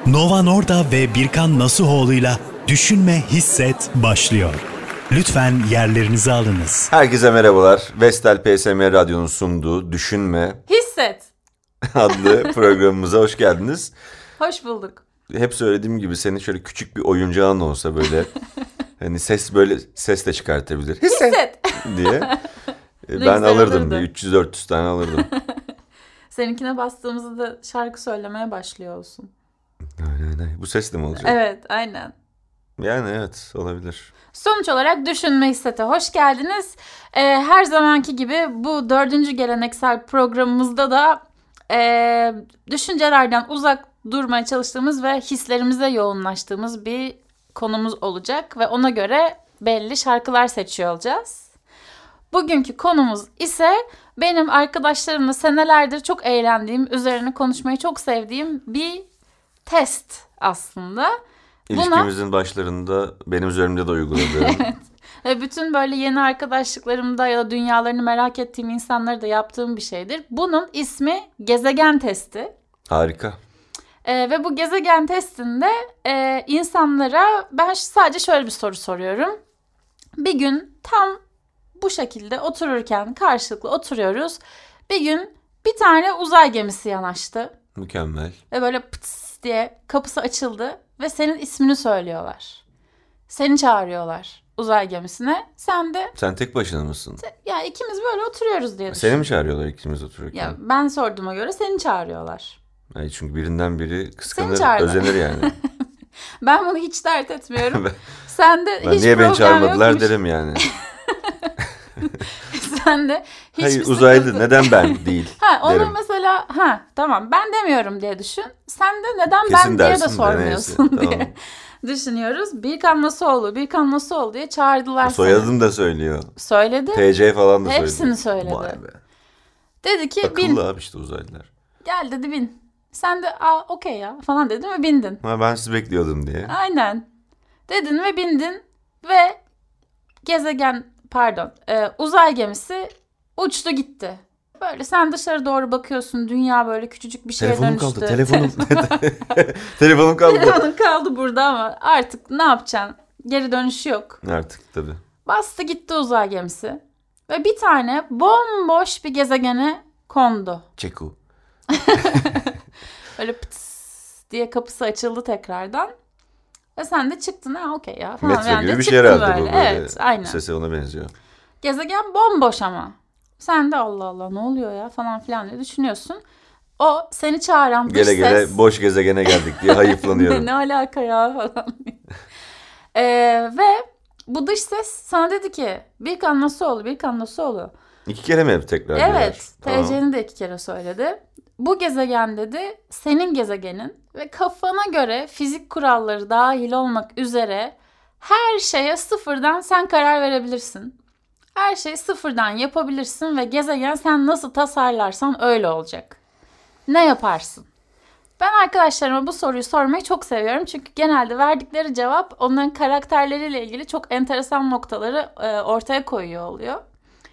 Nova Norda ve Birkan Nasuhoğlu'yla Düşünme Hisset başlıyor. Lütfen yerlerinizi alınız. Herkese merhabalar. Vestel PSM Radyo'nun sunduğu Düşünme Hisset adlı programımıza hoş geldiniz. Hoş bulduk. Hep söylediğim gibi senin şöyle küçük bir oyuncağın olsa böyle hani ses de çıkartabilir. Hisset diye. Ben alırdım bir 300-400 tane alırdım. Seninkine bastığımızda da şarkı söylemeye başlıyor olsun. Aynen. Bu ses de mi olacak? Evet, aynen. Yani evet, olabilir. Sonuç olarak Düşünme Hisset'e hoş geldiniz. Her zamanki gibi bu 4. geleneksel programımızda da düşüncelerden uzak durmaya çalıştığımız ve hislerimize yoğunlaştığımız bir konumuz olacak. Ve ona göre belli şarkılar seçiyor olacağız. Bugünkü konumuz ise benim arkadaşlarımla senelerdir çok eğlendiğim, üzerine konuşmayı çok sevdiğim bir test aslında. İlişkimizin başlarında benim üzerimde de uyguladığım. Evet. Ve bütün böyle yeni arkadaşlıklarımda ya da dünyalarını merak ettiğim insanlara da yaptığım bir şeydir. Bunun ismi gezegen testi. Harika. Ve bu gezegen testinde insanlara ben sadece şöyle bir soru soruyorum. Bir gün tam bu şekilde otururken karşılıklı oturuyoruz. Bir gün bir tane uzay gemisi yanaştı. Mükemmel. Ve böyle pıts diye kapısı açıldı ve senin ismini söylüyorlar. Seni çağırıyorlar uzay gemisine. Sen tek başına mısın? Ya ikimiz böyle oturuyoruz diye düşün. Seni mi çağırıyorlar ikimiz otururken? Ya ben sorduğuma göre seni çağırıyorlar. Yani çünkü birinden biri kıskanır, özenir yani. Ben bunu hiç dert etmiyorum. Sen de hiç niye beni çağırmadılar yokmuş. derim yani. Sen de hiçbir hayır uzaylı neden ben değil onu derim. Mesela tamam ben demiyorum diye düşün. Sen de neden Kesin ben diye de dersin sormuyorsun de, diye tamam. düşünüyoruz. Birkan Nasuhoğlu diye çağırdılar seni. Soyadını da söylüyor. Söyledi. TC falan da söyledi. Hepsini söyledi. Vay be. Dedi ki akıllı bin. abi işte uzaylılar. Gel dedi bin. Sen de okey ya falan dedin ve bindin. Ben sizi bekliyordum diye. Aynen. Dedin ve bindin ve uzay gemisi uçtu gitti. Böyle sen dışarı doğru bakıyorsun. Dünya böyle küçücük bir şeye dönüştü. Telefonum kaldı. Telefonum kaldı burada ama artık ne yapacaksın? Geri dönüşü yok. Artık tabii. Bastı gitti uzay gemisi. Ve bir tane bomboş bir gezegene kondu. Çeku. Öyle pıts diye kapısı açıldı tekrardan. Ve sen de çıktın okey ya falan. Metro gibi bir şey herhalde bu böyle. Evet aynen. Sesi ona benziyor. Gezegen bomboş ama. Sen de Allah Allah ne oluyor ya falan filan diye düşünüyorsun. O seni çağıran dış ses. Gele boş gezegene geldik diye hayıflanıyorum. ne alaka ya falan diye. Ve bu dış ses sana dedi ki Birkan Nasuhoğlu. 2 kere mi hep tekrar Evet. Tamam. TC'ni de 2 kere söyledi. Bu gezegen dedi senin gezegenin ve kafana göre fizik kuralları dahil olmak üzere her şeye sıfırdan sen karar verebilirsin. Her şeyi sıfırdan yapabilirsin ve gezegen sen nasıl tasarlarsan öyle olacak. Ne yaparsın? Ben arkadaşlarıma bu soruyu sormayı çok seviyorum. Çünkü genelde verdikleri cevap onların karakterleriyle ilgili çok enteresan noktaları ortaya koyuyor oluyor.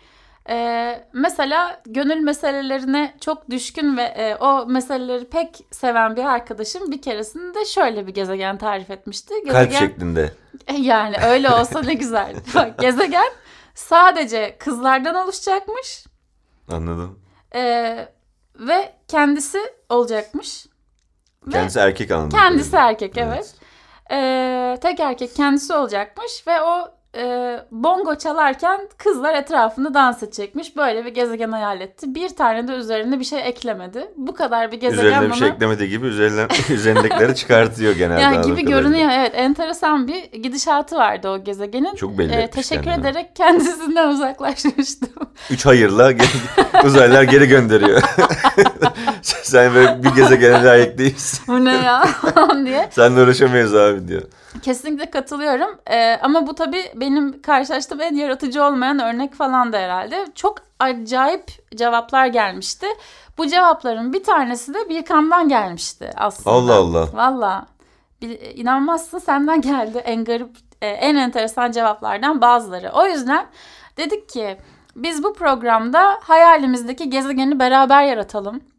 Mesela gönül meselelerine çok düşkün ve o meseleleri pek seven bir arkadaşım bir keresinde şöyle bir gezegen tarif etmişti. Kalp şeklinde. Yani öyle olsa ne güzel. Bak, gezegen sadece kızlardan oluşacakmış. Anladım. Ve kendisi olacakmış. Kendisi erkek anlamında. Kendisi erkek evet. Tek erkek kendisi olacakmış ve o bongo çalarken kızlar etrafında dans edecekmiş. Böyle bir gezegen hayal etti. Bir tane de üzerine bir şey eklemedi. Bu kadar bir gezegen üzerine bir şey eklemediği gibi üzerindekileri çıkartıyor genelde. Yani gibi görünüyor evet. Enteresan bir gidişatı vardı o gezegenin. Çok belli teşekkür ederek kendisinden uzaklaşmıştım. 3 hayırla uzaylılar geri gönderiyor. Sen böyle bir gezegene layık değilsin. Bu ne ya diye. Seninle uğraşamayız abi diyor. Kesinlikle katılıyorum. Ama bu tabii benim karşılaştığım en yaratıcı olmayan örnek falan da herhalde. Çok acayip cevaplar gelmişti. Bu cevapların bir tanesi de Birkan'dan gelmişti aslında. Allah Allah. Valla. İnanmazsın senden geldi en garip, en enteresan cevaplardan bazıları. O yüzden dedik ki biz bu programda hayalimizdeki gezegeni beraber yaratalım.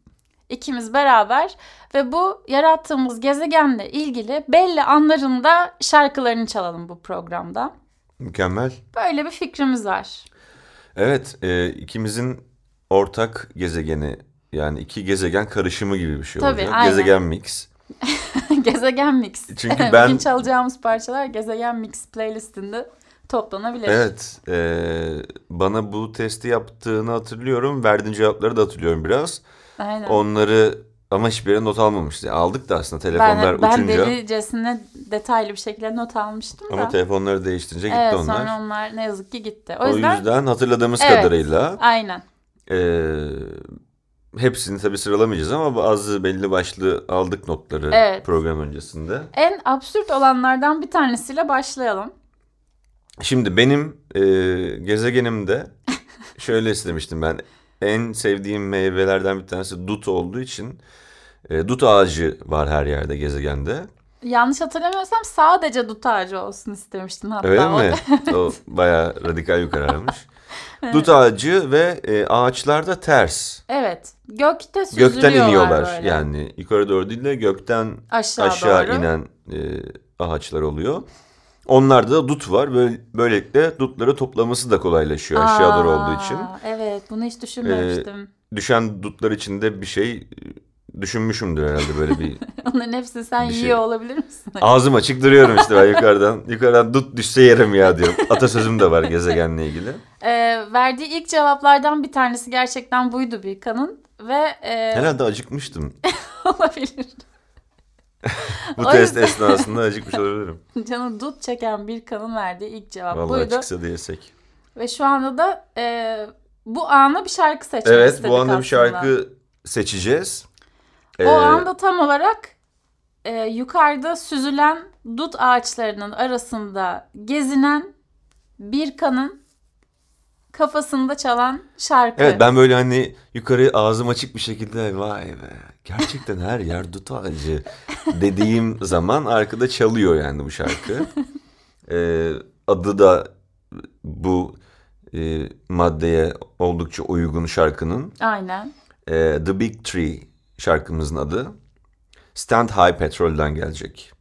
İkimiz beraber ve bu yarattığımız gezegenle ilgili belli anlarında şarkılarını çalalım bu programda. Mükemmel. Böyle bir fikrimiz var. Evet, ikimizin ortak gezegeni, yani iki gezegen karışımı gibi bir şey olacak. Aynen. Gezegen mix. Gezegen mix. Çünkü Bugün çalacağımız parçalar Gezegen Mix playlistinde toplanabilir. Evet, bana bu testi yaptığını hatırlıyorum. Verdiğin cevapları da hatırlıyorum biraz. Aynen. Onları ama hiçbir yere not almamışız. Yani aldık da aslında telefonlar uçunca. Ben delicesine detaylı bir şekilde not almıştım da. Ama telefonları değiştirince gitti evet, onlar. Sonra onlar ne yazık ki gitti. O yüzden hatırladığımız kadarıyla. Aynen. Hepsini tabii sıralamayacağız ama bazı belli başlı aldık notları program öncesinde. En absürt olanlardan bir tanesiyle başlayalım. Şimdi benim gezegenimde şöyle istemiştim ben. En sevdiğim meyvelerden bir tanesi dut olduğu için dut ağacı var her yerde gezegende. Yanlış hatırlamıyorsam sadece dut ağacı olsun istemiştin hatta. Öyle mi? O bayağı radikal bir kararmış. Evet. Dut ağacı ve ağaçlarda ters. Evet. Gökte süzülüyorlar. Gökten iniyorlar böyle. Yani yukarı doğru değil de gökten aşağı inen ağaçlar oluyor. Onlarda da dut var. Böylelikle dutları toplaması da kolaylaşıyor aşağı doğru olduğu için. Evet, bunu hiç düşünmemiştim. Düşen dutlar içinde bir şey düşünmüşümdür herhalde böyle bir. Onların hepsini sen yiyor olabilir misin? Ağzım açık duruyorum işte ben yukarıdan dut düşse yerim ya diyorum. Atasözüm de var gezegenle ilgili. Verdiği ilk cevaplardan bir tanesi gerçekten buydu Birkan'ın ve herhalde acıkmıştım. Olabilir. Bu test esnasında acıkmış olabilirim. Canı dut çeken Birkan'ın verdiği ilk cevap vallahi buydu. Vallahi çıksa da yesek. Ve şu anda da bu ana bir şarkı seçmek istedik aslında. Evet, bu anda bir şarkı seçeceğiz. O anda tam olarak yukarıda süzülen dut ağaçlarının arasında gezinen Birkan'ın kafasında çalan şarkı. Evet, ben böyle hani yukarı ağzım açık bir şekilde vay be gerçekten her yer dut ağacı dediğim zaman arkada çalıyor yani bu şarkı. Adı da bu maddeye oldukça uygun şarkının. Aynen. The Big Tree şarkımızın adı. Stand High Petrol'den gelecek.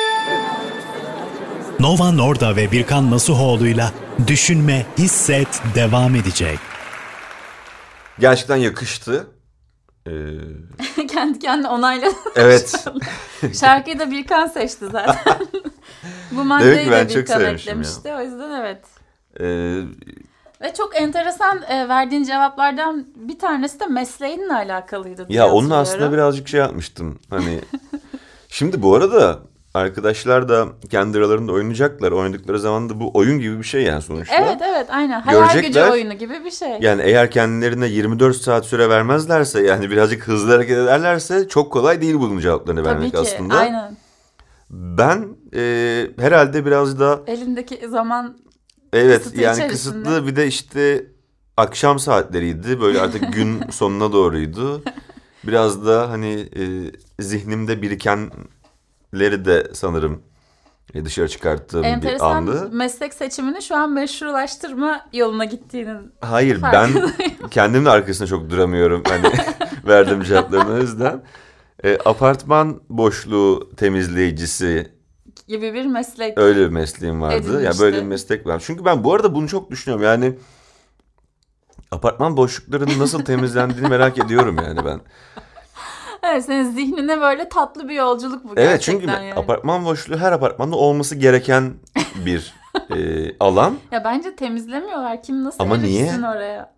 Nova Norda ve Birkan Nasuhoğlu'yla Düşünme, Hisset devam edecek. Gerçekten yakıştı. Kendi kendine onayladı. Evet. Şarkıyı da Birkan seçti zaten. Bu maddeyi de Birkan eklemişti. O yüzden evet. Ve çok enteresan verdiğin cevaplardan bir tanesi de mesleğinle alakalıydı diye ya onun aslında birazcık şey yapmıştım. Hani şimdi bu arada arkadaşlar da kendi aralarında oynayacaklar. Oynadıkları zaman da bu oyun gibi bir şey yani sonuçta. Evet aynen. Hayal gücü oyunu gibi bir şey. Yani eğer kendilerine 24 saat süre vermezlerse yani birazcık hızlı hareket ederlerse çok kolay değil bunun cevaplarını vermek aslında. Tabii ki aynen. Ben herhalde biraz da elindeki zaman kısıtlı yani kısıtlı bir de işte akşam saatleriydi. Böyle artık gün sonuna doğruydu. Biraz da hani zihnimde birikenleri de sanırım dışarı çıkarttığım bir andı. Enteresan meslek seçimini şu an meşrulaştırma yoluna gittiğinin hayır ben kendimin arkasında çok duramıyorum. Hani verdiğim cevaplarını o yüzden. Apartman boşluğu temizleyicisi gibi bir meslek. Öyle bir mesleğim vardı. Ya yani böyle bir meslek var. Çünkü ben bu arada bunu çok düşünüyorum. Yani apartman boşluklarının nasıl temizlendiğini merak ediyorum yani ben. Evet, senin zihnine böyle tatlı bir yolculuk bu gerçekten. Evet, çünkü yani apartman boşluğu her apartmanda olması gereken bir alan. Ya bence temizlemiyorlar. Kim nasıl ama erişsin oraya?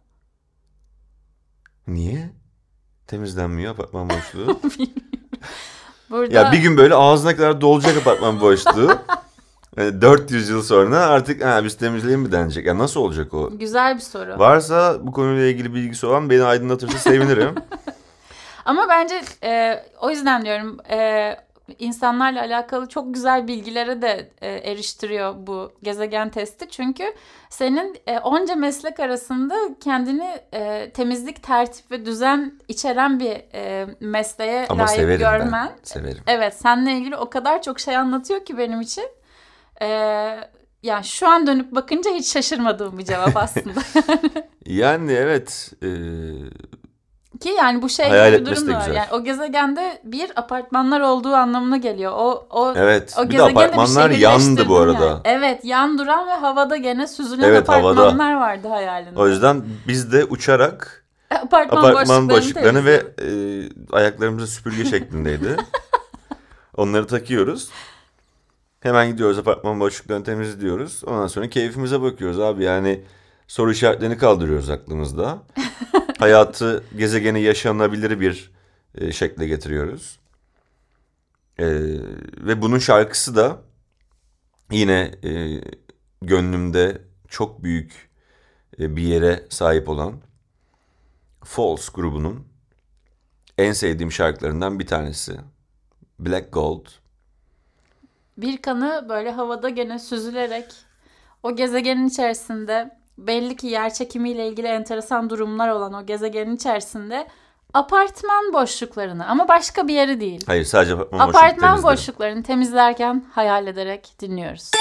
Niye? Temizlenmiyor apartman boşluğu. Burada... Ya bir gün böyle ağzına kadar dolacak apartman boşluğu. Yani 400 yıl sonra artık biz temizleyelim mi denecek? Ya nasıl olacak o? Güzel bir soru. Varsa bu konuyla ilgili bilgisi olan beni aydınlatırsa sevinirim. Ama bence o yüzden diyorum insanlarla alakalı çok güzel bilgilere de eriştiriyor bu gezegen testi. Çünkü senin onca meslek arasında kendini temizlik, tertip ve düzen içeren bir mesleğe ama layık görmen. Ben severim. Evet, seninle ilgili o kadar çok şey anlatıyor ki benim için. Yani şu an dönüp bakınca hiç şaşırmadığım bir cevap aslında. Yani evet. Ki yani bu şey Hayal gibi bir etmesi durum de da var. güzel. Yani o gezegende bir apartmanlar olduğu anlamına geliyor. Evet. O Bir de gezegende apartmanlar bir yandı bu şehirleştirdin arada. yani. Evet, yan duran ve havada gene süzülen Evet, havada. apartmanlar vardı hayalinde. O yüzden biz de uçarak apartman boşluklarını ve temizliyorduk. ayaklarımızı süpürge şeklindeydi. Onları takıyoruz. Hemen gidiyoruz, apartman boşluklarını temizliyoruz. Ondan sonra keyfimize bakıyoruz abi. Yani soru işaretlerini kaldırıyoruz aklımızda. Hayatı, gezegeni yaşanabilir bir şekle getiriyoruz. Ve bunun şarkısı da yine gönlümde çok büyük bir yere sahip olan Falls grubunun en sevdiğim şarkılarından bir tanesi. Black Gold. Bir kanı böyle havada gene süzülerek o gezegenin içerisinde belli ki yer çekimiyle ilgili enteresan durumlar olan o gezegenin içerisinde apartman boşluklarını ama başka bir yeri değil. Hayır, sadece apartman Apartman boşluklarını temizlerken hayal ederek dinliyoruz.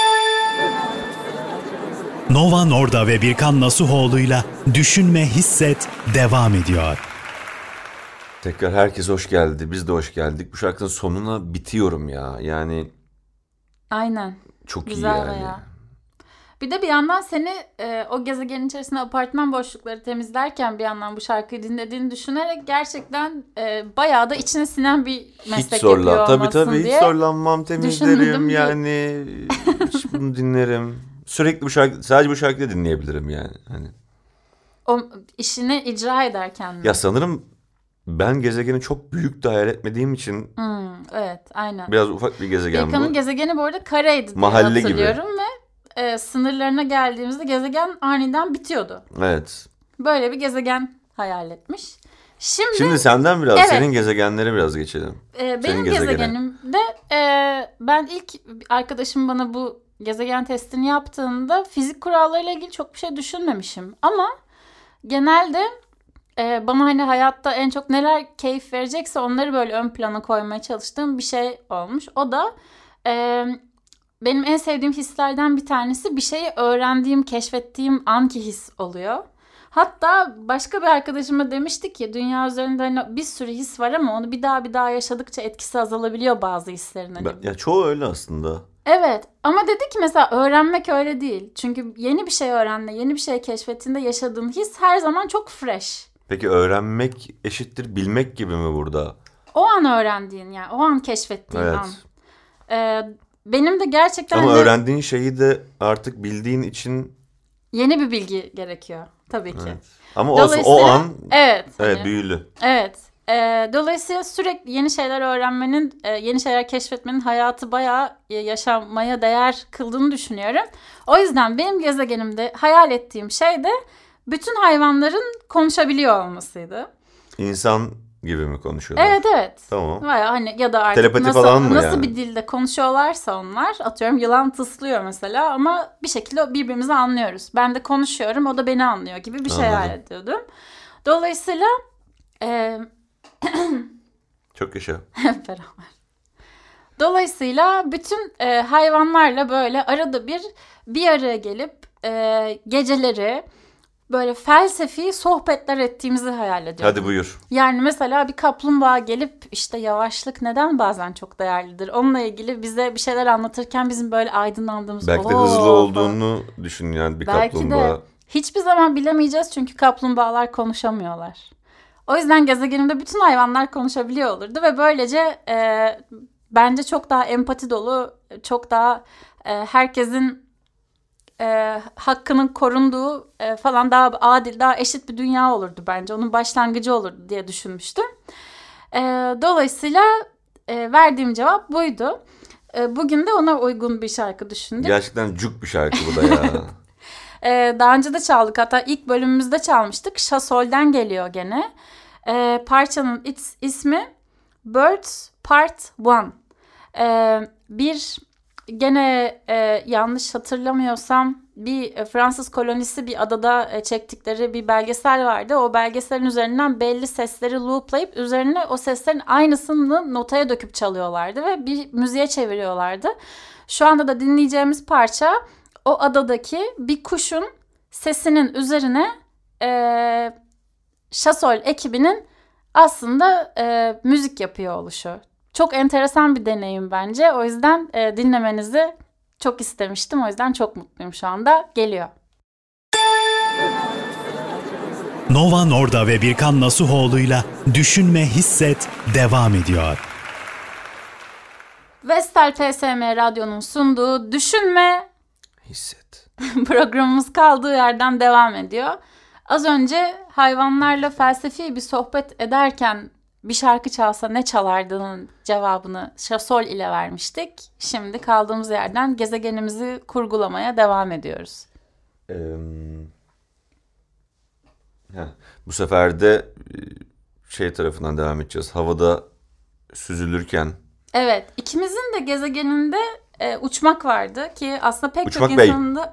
Nova Norda ve Birkan Nasuhoğlu'yla Düşünme Hisset devam ediyor. Tekrar herkes hoş geldi. Biz de hoş geldik. Bu şarkının sonuna bitiyorum ya. Yani Aynen. çok Güzel iyi yani. bayağı. Bir de bir yandan seni o gezegenin içerisinde apartman boşlukları temizlerken bir yandan bu şarkıyı dinlediğini düşünerek gerçekten bayağı da içine sinen bir meslek yapıyor olmasın Tabii diye. hiç zorlanmam, temizlerim düşündüm yani. Hiç bunu dinlerim. Sürekli bu şarkı, sadece bu şarkıyı da dinleyebilirim yani. Hani. O işini icra ederken mi? Ya sanırım ben gezegeni çok büyük de hayal etmediğim için Evet, aynen. biraz ufak bir gezegen Birkan'ın bu. gezegeni bu arada kareydi diye Mahalle hatırlıyorum ve sınırlarına geldiğimizde gezegen aniden bitiyordu. Evet. Böyle bir gezegen hayal etmiş. Şimdi senden biraz, Evet. senin gezegenlere biraz geçelim. Benim Senin gezegene. gezegenimde ben ilk arkadaşım bana bu gezegen testini yaptığında fizik kurallarıyla ilgili çok bir şey düşünmemişim. Ama genelde bana hani hayatta en çok neler keyif verecekse onları böyle ön plana koymaya çalıştığım bir şey olmuş. O da benim en sevdiğim hislerden bir tanesi bir şeyi öğrendiğim, keşfettiğim anki his oluyor. Hatta başka bir arkadaşıma demişti ki dünya üzerinde hani bir sürü his var ama onu bir daha yaşadıkça etkisi azalabiliyor bazı hislerin. Hani. Ya çoğu öyle aslında. Evet ama dedi ki mesela öğrenmek öyle değil. Çünkü yeni bir şey öğrenme, yeni bir şey keşfettiğinde yaşadığın his her zaman çok fresh. Peki öğrenmek eşittir bilmek gibi mi burada? O an öğrendiğin yani o an keşfettiğin Evet. an. Benim de gerçekten Ama öğrendiğin şeyi de artık bildiğin için yeni bir bilgi gerekiyor tabii ki. evet. Ama Dolayısıyla, o an evet hani, büyülü. Evet. Dolayısıyla sürekli yeni şeyler öğrenmenin, yeni şeyler keşfetmenin hayatı bayağı yaşamaya değer kıldığını düşünüyorum. O yüzden benim gezegenimde hayal ettiğim şey de bütün hayvanların konuşabiliyor olmasıydı. İnsan gibi mi konuşuyorlar? Evet. Tamam. Bayağı hani ya da artık Telepati falan mı nasıl yani? bir dilde konuşuyorlarsa onlar, atıyorum yılan tıslıyor mesela ama bir şekilde birbirimizi anlıyoruz. Ben de konuşuyorum, o da beni anlıyor gibi bir şey hayal ediyordum. Dolayısıyla çok yaşa. hep beraber. Dolayısıyla bütün hayvanlarla böyle arada bir araya gelip geceleri böyle felsefi sohbetler ettiğimizi hayal ediyorum. Hadi buyur. Yani mesela bir kaplumbağa gelip işte yavaşlık neden bazen çok değerlidir. Onunla ilgili bize bir şeyler anlatırken bizim böyle aydınlandığımız... Belki de hızlı olduğunu düşün yani bir kaplumbağa. Belki de hiçbir zaman bilemeyeceğiz çünkü kaplumbağalar konuşamıyorlar. O yüzden gezegenimde bütün hayvanlar konuşabiliyor olurdu ve böylece bence çok daha empati dolu, çok daha herkesin hakkının korunduğu falan daha adil, daha eşit bir dünya olurdu bence. Onun başlangıcı olurdu diye düşünmüştüm. Dolayısıyla verdiğim cevap buydu. Bugün de ona uygun bir şarkı düşündük. Gerçekten cuk bir şarkı bu da ya. Daha önce de çaldık. Hatta ilk bölümümüzde çalmıştık. Şasol'den geliyor gene. Parçanın ismi Birds Part 1. Gene yanlış hatırlamıyorsam bir Fransız kolonisi bir adada çektikleri bir belgesel vardı. O belgeselin üzerinden belli sesleri looplayıp üzerine o seslerin aynısını notaya döküp çalıyorlardı ve bir müziğe çeviriyorlardı. Şu anda da dinleyeceğimiz parça o adadaki bir kuşun sesinin üzerine Şasol ekibinin aslında müzik yapıyor oluşu. Çok enteresan bir deneyim bence. O yüzden dinlemenizi çok istemiştim. O yüzden çok mutluyum şu anda. Geliyor. Nova Norda ve Birkan Nasuhoğlu'yla Düşünme Hisset devam ediyor. Vestel PSM Radyo'nun sunduğu Düşünme Hisset. programımız kaldığı yerden devam ediyor. Az önce hayvanlarla felsefi bir sohbet ederken bir şarkı çalsa ne çalardığının cevabını Şasol ile vermiştik. Şimdi kaldığımız yerden gezegenimizi kurgulamaya devam ediyoruz. Bu sefer de şey tarafından devam edeceğiz. Havada süzülürken. Evet, ikimizin de gezegeninde uçmak vardı ki aslında pek Uçmak çok Bey. insanın da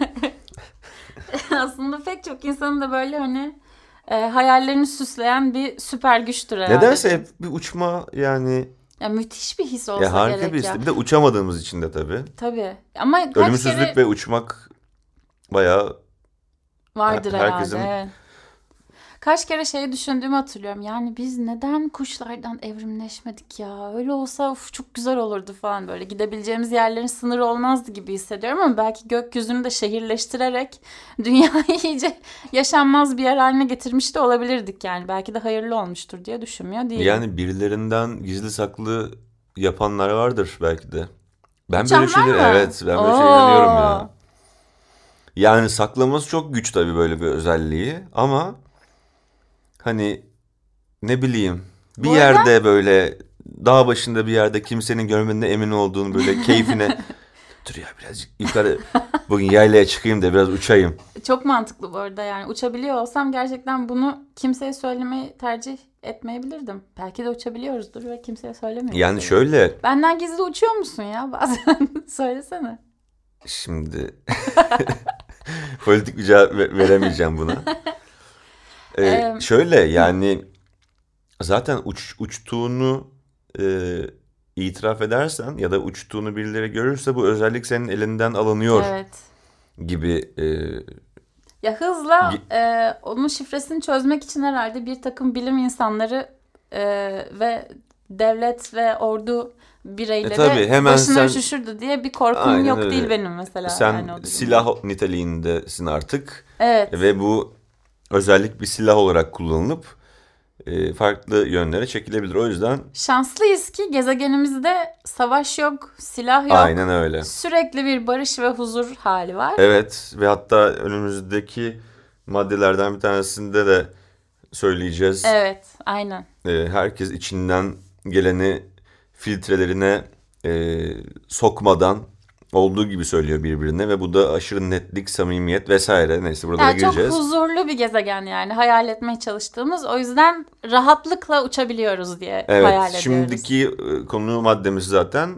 aslında pek çok insanın da böyle hani hayallerini süsleyen bir süper güçtür herhalde. Nedense hep bir uçma yani. Ya müthiş bir his olsa Ya harika gerek bir his. ya. Bir de uçamadığımız için de tabii. Tabii. Ama kaç Ölümsüzlük kere ve uçmak bayağı vardır herkesin... herhalde. Evet. Kaç kere şeyi düşündüğümü hatırlıyorum. Yani biz neden kuşlardan evrimleşmedik ya? Öyle olsa çok güzel olurdu falan böyle. Gidebileceğimiz yerlerin sınırı olmazdı gibi hissediyorum ama belki gökyüzünü de şehirleştirerek dünyayı iyice yaşanmaz bir yer haline getirmiş de olabilirdik yani. Belki de hayırlı olmuştur diye düşünmüyor değilim. Yani birilerinden gizli saklı yapanlar vardır belki de. Ben Uçan böyle şeyler, var mı? evet, ben böyle şeyler inanıyorum ya. Yani saklaması çok güç tabii böyle bir özelliği ama hani ne bileyim bir Bu yerde arada... böyle dağ başında bir yerde kimsenin görmediğine emin olduğunu böyle keyfine dur ya birazcık yukarı bugün yaylaya çıkayım da biraz uçayım. Çok mantıklı bu arada yani uçabiliyor olsam gerçekten bunu kimseye söylemeyi tercih etmeyebilirdim. Belki de uçabiliyoruzdur ve kimseye söylemiyoruz. Yani şöyle. Benden gizli uçuyor musun ya bazen? Söylesene. Şimdi politik bir cevap veremeyeceğim buna. Şöyle yani zaten uçtuğunu itiraf edersen ya da uçtuğunu birileri görürse bu özellik senin elinden alınıyor gibi. Ya hızla onun şifresini çözmek için herhalde bir takım bilim insanları ve devlet ve ordu bireyleri başına üşüşürdü diye bir korkum yok değil benim mesela. Sen yani silah niteliğindesin artık. Evet. Ve bu özellik bir silah olarak kullanılıp farklı yönlere çekilebilir. O yüzden şanslıyız ki gezegenimizde savaş yok, silah yok. Aynen öyle. Sürekli bir barış ve huzur hali var. Evet ve hatta önümüzdeki maddelerden bir tanesinde de söyleyeceğiz. Evet, aynen. Herkes içinden geleni filtrelerine sokmadan olduğu gibi söylüyor birbirine ve bu da aşırı netlik, samimiyet vesaire. Neyse buralara gireceğiz. Çok huzurlu bir gezegen yani hayal etmeye çalıştığımız. O yüzden rahatlıkla uçabiliyoruz diye hayal ediyoruz. Evet, şimdiki konu maddemiz zaten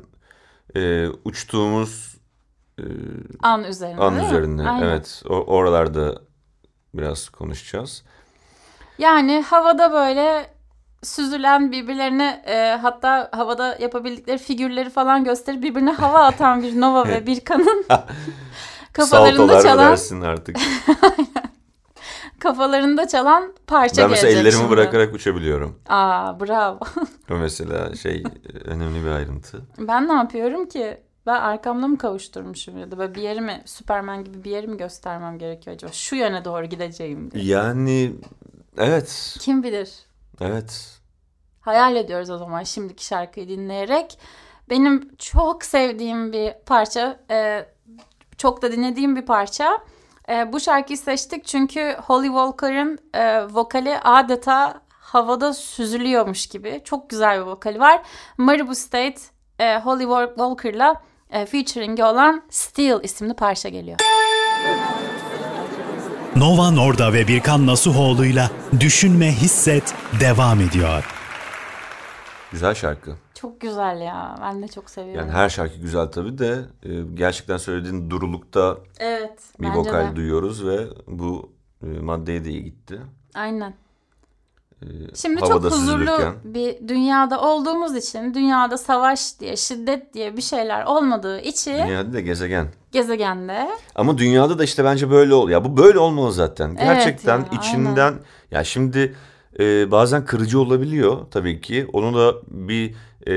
uçtuğumuz an üzerine. Evet, oralarda biraz konuşacağız. Yani havada böyle süzülen birbirlerine hatta havada yapabildikleri figürleri falan gösterip birbirine hava atan bir Nova ve Birkan'ın kafalarında çalan dersin artık. kafalarında çalan parça gelecek. Ben mesela ellerimi bırakarak uçabiliyorum. Bravo. O mesela önemli bir ayrıntı. Ben ne yapıyorum ki? Ben arkamda mı kavuşturmuşum ya da böyle bir yerimi Superman gibi bir yerimi göstermem gerekiyor acaba? Şu yöne doğru gideceğim diye. Yani evet. Kim bilir? Evet. Hayal ediyoruz o zaman şimdiki şarkıyı dinleyerek. Benim çok sevdiğim bir parça, çok da dinlediğim bir parça. Bu şarkıyı seçtik çünkü Holly Walker'ın vokali adeta havada süzülüyormuş gibi. Çok güzel bir vokali var. Malibu State, Holly Walker'la featuring'i olan Steel isimli parça geliyor. Nova Norda ve Birkan Nasuhoğlu'yla Düşünme Hisset devam ediyor. Güzel şarkı. Çok güzel ya. Ben de çok seviyorum. Yani her şarkı güzel tabii de gerçekten söylediğin durulukta bir vokal duyuyoruz ve bu maddeye de iyi gitti. Aynen. Şimdi çok huzurlu bir dünyada olduğumuz için, dünyada savaş diye, şiddet diye bir şeyler olmadığı için. Dünyada da Gezegende. Ama dünyada da işte bence böyle oluyor. Ya bu böyle olmalı zaten. Gerçekten ya, içinden aynen. Ya şimdi bazen kırıcı olabiliyor tabii ki. Onu da bir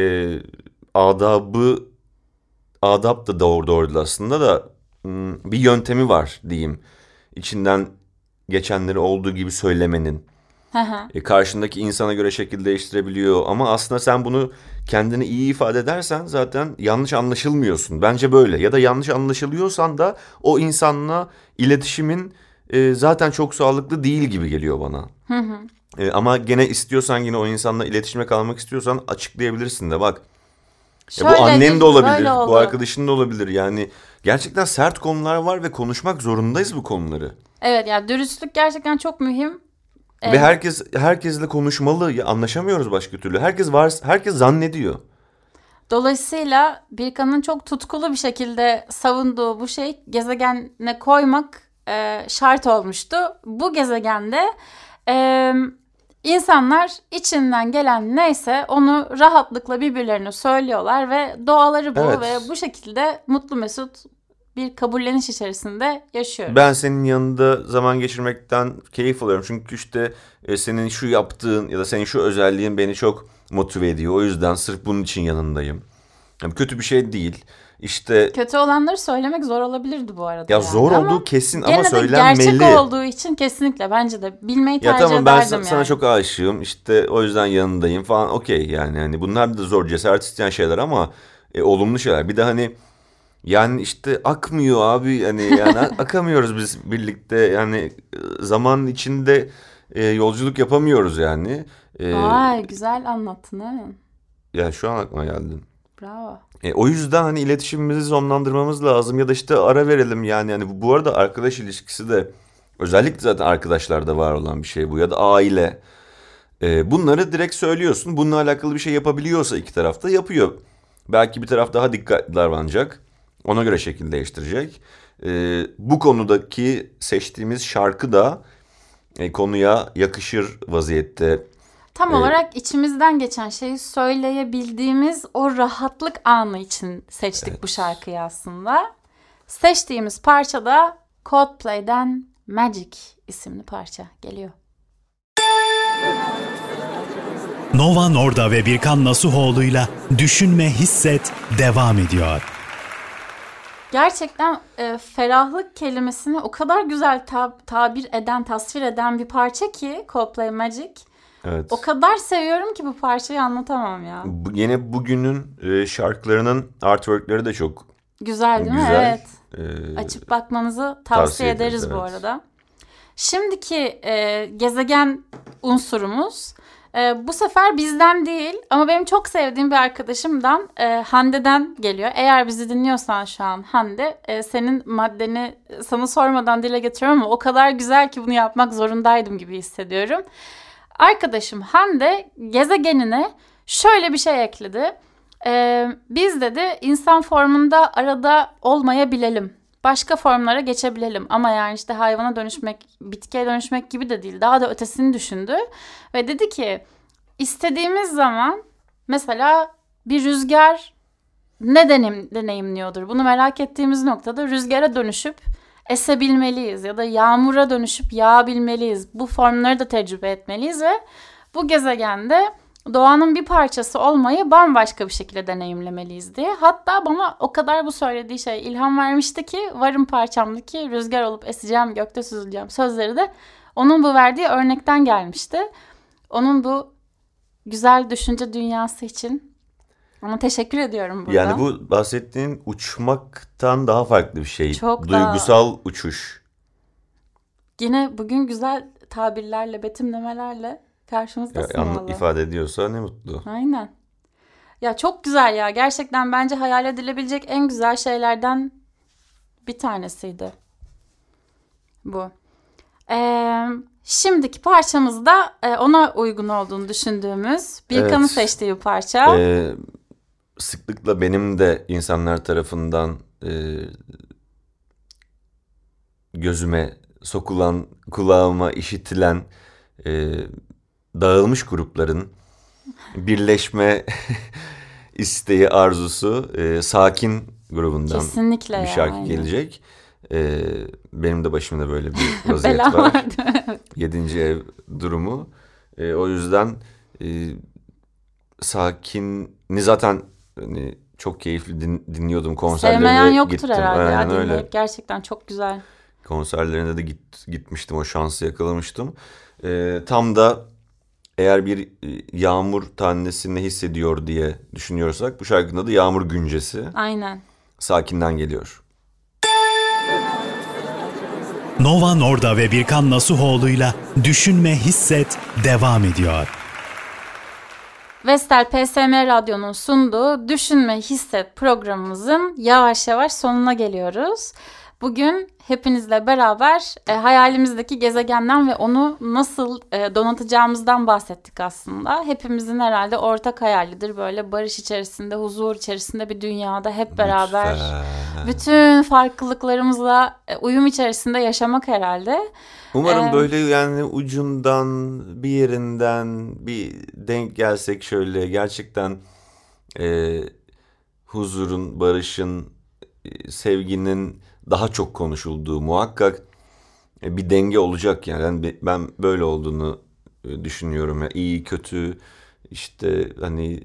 adap da doğru aslında da bir yöntemi var diyeyim. İçinden geçenleri olduğu gibi söylemenin. Karşındaki insana göre şekil değiştirebiliyor ama aslında sen bunu kendini iyi ifade edersen zaten yanlış anlaşılmıyorsun. Bence böyle. Ya da yanlış anlaşılıyorsan da o insanla iletişimin zaten çok sağlıklı değil gibi geliyor bana. Ama gene istiyorsan, yine o insanla iletişime kalmak istiyorsan açıklayabilirsin de bak. Bu annen de olabilir, bu arkadaşın da olabilir. Yani gerçekten sert konular var ve konuşmak zorundayız bu konuları. Evet, yani dürüstlük gerçekten çok mühim. Ve herkesle konuşmalı. Ya, anlaşamıyoruz başka türlü. Herkes zannediyor. Dolayısıyla Birkan'ın çok tutkulu bir şekilde savunduğu bu şey gezegene koymak şart olmuştu. Bu gezegende insanlar içinden gelen neyse onu rahatlıkla birbirlerine söylüyorlar ve doğaları bu ve bu şekilde mutlu mesut bir kabulleniş içerisinde yaşıyoruz. Ben senin yanında zaman geçirmekten keyif alıyorum. Çünkü işte senin şu yaptığın ya da senin şu özelliğin beni çok motive ediyor. O yüzden sırf bunun için yanındayım. Yani kötü bir şey değil. İşte kötü olanları söylemek zor olabilirdi bu arada. Ya yani. Zor olduğu kesin ama söylenmeli. Gene de gerçek olduğu için kesinlikle bence de bilmeyi tercih ederdim ben yani. Sana çok aşığım işte o yüzden yanındayım falan, okey yani. Hani bunlar da zor, cesaret isteyen şeyler ama olumlu şeyler. Bir de hani yani işte akmıyor abi, hani yani akamıyoruz biz birlikte yani, zaman içinde yolculuk yapamıyoruz yani. Vay, güzel anlattın ha. Ya şu an aklıma geldin. Bravo. O yüzden hani iletişimimizi sonlandırmamız lazım ya da işte ara verelim yani. Yani bu arada arkadaş ilişkisi de özellikle zaten arkadaşlarda var olan bir şey bu, ya da aile. Bunları direkt söylüyorsun. Bununla alakalı bir şey yapabiliyorsa iki taraf da yapıyor. Belki bir taraf daha dikkatli davranacak. Ona göre şekil değiştirecek. Bu konudaki seçtiğimiz şarkı da konuya yakışır vaziyette. Tam olarak içimizden geçen şeyi söyleyebildiğimiz o rahatlık anı için seçtik bu şarkıyı aslında. Seçtiğimiz parça da Coldplay'den Magic isimli parça geliyor. Nova Norda ve Birkan Nasuhoğlu'yla Düşünme Hisset devam ediyor. Gerçekten ferahlık kelimesini o kadar güzel tasvir eden bir parça ki Coldplay Magic. Evet. O kadar seviyorum ki bu parçayı anlatamam ya. Yine bugünün şarkılarının artworkleri de çok güzel değil mi? Evet. Açıp bakmanızı tavsiye ederiz evet. Bu arada. Şimdiki gezegen unsurumuz bu sefer bizden değil ama benim çok sevdiğim bir arkadaşımdan, Hande'den geliyor. Eğer bizi dinliyorsan şu an Hande, senin maddeni sana sormadan dile getiriyorum ama o kadar güzel ki bunu yapmak zorundaydım gibi hissediyorum. Arkadaşım Hande gezegenine şöyle bir şey ekledi. Biz dedi insan formunda arada olmayabilelim. Başka formlara geçebilelim. Ama yani işte hayvana dönüşmek, bitkiye dönüşmek gibi de değil. Daha da ötesini düşündü. Ve dedi ki istediğimiz zaman mesela bir rüzgar ne deneyimliyordur? Bunu merak ettiğimiz noktada rüzgara dönüşüp esebilmeliyiz. Ya da yağmura dönüşüp yağabilmeliyiz. Bu formları da tecrübe etmeliyiz ve bu gezegende doğanın bir parçası olmayı bambaşka bir şekilde deneyimlemeliyiz diye. Hatta bana o kadar bu söylediği şey ilham vermişti ki varım parçamdaki rüzgar olup eseceğim, gökte süzüleceğim sözleri de onun bu verdiği örnekten gelmişti. Onun bu güzel düşünce dünyası için ona teşekkür ediyorum burada. Yani bu bahsettiğin uçmaktan daha farklı bir şey. Çok duygusal uçuş. Yine bugün güzel tabirlerle, betimlemelerle karşımızdasın. İfade ediyorsa ne mutlu. Aynen. Ya çok güzel ya. Gerçekten bence hayal edilebilecek en güzel şeylerden bir tanesiydi bu. Şimdiki parçamız da ona uygun olduğunu düşündüğümüz Birkan'ın seçtiği bir parça. Sıklıkla benim de insanlar tarafından gözüme sokulan, kulağıma işitilen dağılmış grupların birleşme isteği, arzusu, Sakin grubundan kesinlikle bir şarkı yani. Gelecek. Benim de başımda böyle bir vaziyet var. 7. ev durumu. O yüzden Sakin'i zaten hani çok keyifli dinliyordum. Konserlerine Sevmeyen yoktur gittim. herhalde. Aynen Ya, öyle. gerçekten çok güzel. Konserlerine de gitmiştim. O şansı yakalamıştım. Tam da eğer bir yağmur tanesi ne hissediyor diye düşünüyorsak bu şarkının adı Yağmur Güncesi. Aynen. Sakin'den geliyor. Nova Norda ve Birkan Nasuhoğlu'yla Düşünme Hisset devam ediyor. Vestel PSM Radyo'nun sunduğu Düşünme Hisset programımızın yavaş yavaş sonuna geliyoruz. Bugün hepinizle beraber hayalimizdeki gezegenden ve onu nasıl donatacağımızdan bahsettik aslında. Hepimizin herhalde ortak hayalidir böyle barış içerisinde, huzur içerisinde bir dünyada hep beraber bütün farklılıklarımızla uyum içerisinde yaşamak herhalde. Umarım böyle yani ucundan bir yerinden bir denk gelsek şöyle gerçekten huzurun, barışın, sevginin daha çok konuşulduğu muhakkak bir denge olacak yani. Ben böyle olduğunu düşünüyorum. Yani iyi, kötü, işte hani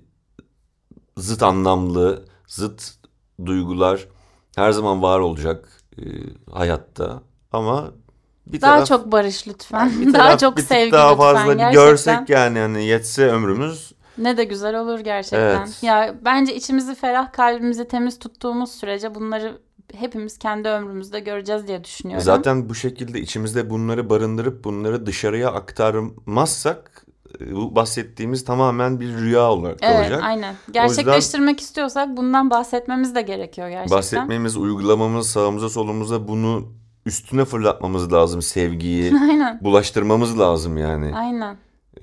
zıt anlamlı, zıt duygular her zaman var olacak hayatta. Ama bir daha taraf, çok barış lütfen. bir Daha taraf, çok bir tık sevgi daha lütfen. fazla bir Gerçekten. görsek yani hani yetse ömrümüz. Ne de güzel olur gerçekten. Evet. Ya bence içimizi ferah, kalbimizi temiz tuttuğumuz sürece bunları hepimiz kendi ömrümüzde göreceğiz diye düşünüyorum. Zaten bu şekilde içimizde bunları barındırıp bunları dışarıya aktarmazsak bu bahsettiğimiz tamamen bir rüya olarak kalacak. Evet, aynen. Gerçekleştirmek istiyorsak bundan bahsetmemiz de gerekiyor gerçekten. Bahsetmemiz, uygulamamız, sağımıza solumuza bunu üstüne fırlatmamız lazım, sevgiyi. Aynen. Bulaştırmamız lazım yani. Aynen.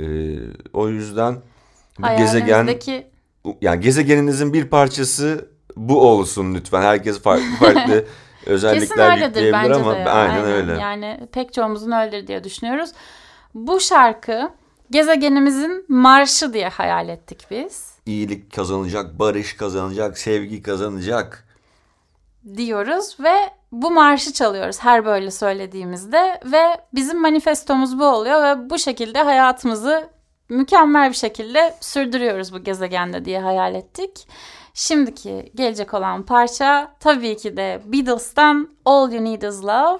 O yüzden bu gezegen, yani gezegeninizin bir parçası bu olsun lütfen. Herkes farklı özellikler yükleyebilir ama aynen öyle. Yani pek çoğumuzun öyledir diye düşünüyoruz. Bu şarkı gezegenimizin marşı diye hayal ettik biz. İyilik kazanacak, barış kazanacak, sevgi kazanacak diyoruz ve bu marşı çalıyoruz her böyle söylediğimizde ve bizim manifestomuz bu oluyor ve bu şekilde hayatımızı mükemmel bir şekilde sürdürüyoruz bu gezegende diye hayal ettik. Şimdiki gelecek olan parça tabii ki de Beatles'tan All You Need Is Love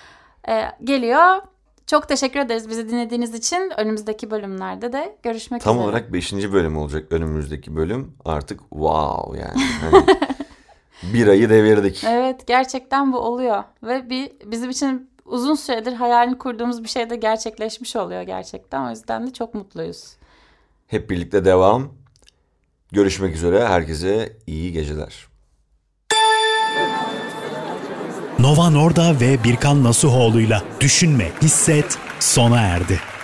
geliyor. Çok teşekkür ederiz bizi dinlediğiniz için. Önümüzdeki bölümlerde de görüşmek üzere. Tam olarak 5. bölüm olacak önümüzdeki bölüm. Artık wow yani. Hani bir ayı devirdik. Evet, gerçekten bu oluyor. Ve bizim için uzun süredir hayalini kurduğumuz bir şey de gerçekleşmiş oluyor gerçekten. O yüzden de çok mutluyuz. Hep birlikte devam. Görüşmek üzere. Herkese iyi geceler. Nova Norda ve Birkan Nasuhoğlu'yla Düşünme, Hisset sona erdi.